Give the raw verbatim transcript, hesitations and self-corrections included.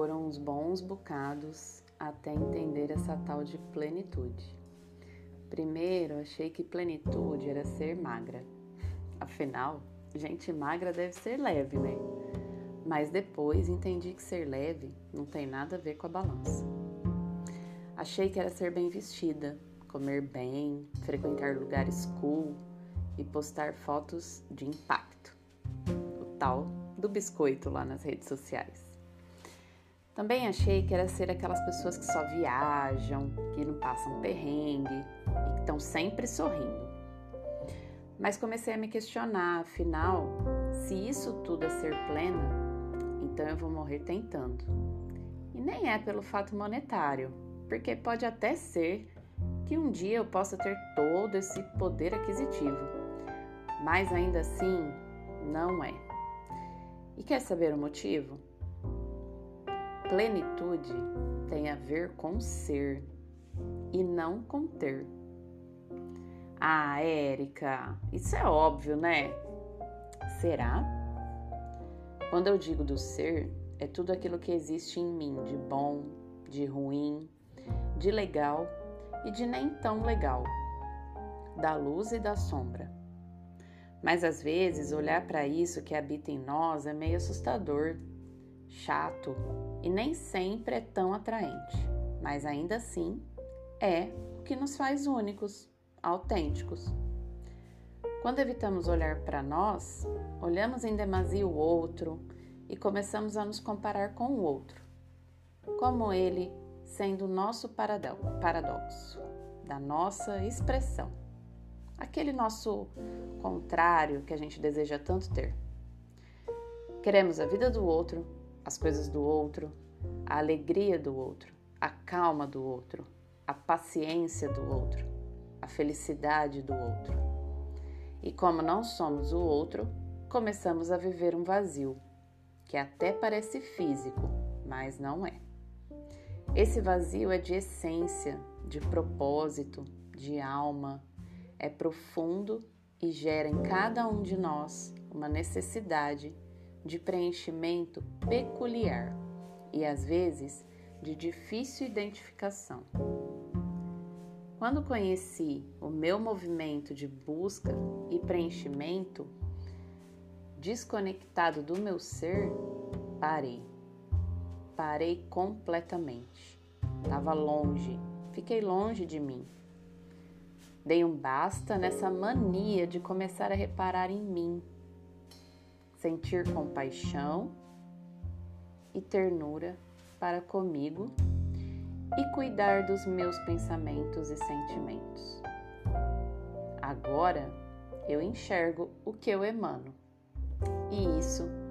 foram uns bons bocados até entender essa tal de plenitude. Primeiro, achei que plenitude era ser magra. Afinal, gente magra deve ser leve, né? Mas depois entendi que ser leve não tem nada a ver com a balança. Achei que era ser bem vestida, comer bem, frequentar lugares cool e postar fotos de impacto. O tal do biscoito lá nas redes sociais. Também achei que era ser aquelas pessoas que só viajam, que não passam perrengue e que estão sempre sorrindo. Mas comecei a me questionar, afinal, se isso tudo é ser plena, então eu vou morrer tentando. E nem é pelo fato monetário, porque pode até ser que um dia eu possa ter todo esse poder aquisitivo, mas ainda assim não é. E quer saber o motivo? Plenitude tem a ver com ser e não com ter. Ah, Érica, isso é óbvio, né? Será? Quando eu digo do ser, é tudo aquilo que existe em mim de bom, de ruim, de legal e de nem tão legal, da luz e da sombra. Mas às vezes olhar para isso que habita em nós é meio assustador, chato e nem sempre é tão atraente, mas ainda assim é o que nos faz únicos, autênticos. Quando evitamos olhar para nós, olhamos em demasia o outro e começamos a nos comparar com o outro, como ele sendo o nosso paradoxo, da nossa expressão, aquele nosso contrário que a gente deseja tanto ter. Queremos a vida do outro, as coisas do outro, a alegria do outro, a calma do outro, a paciência do outro, a felicidade do outro. E como não somos o outro, começamos a viver um vazio, que até parece físico, mas não é. Esse vazio é de essência, de propósito, de alma, é profundo e gera em cada um de nós uma necessidade de preenchimento peculiar e, às vezes, de difícil identificação. Quando conheci o meu movimento de busca e preenchimento, desconectado do meu ser, parei. Parei completamente. Estava longe, fiquei longe de mim. Dei um basta nessa mania de começar a reparar em mim, sentir compaixão e ternura para comigo e cuidar dos meus pensamentos e sentimentos. Agora eu enxergo o que eu emano e isso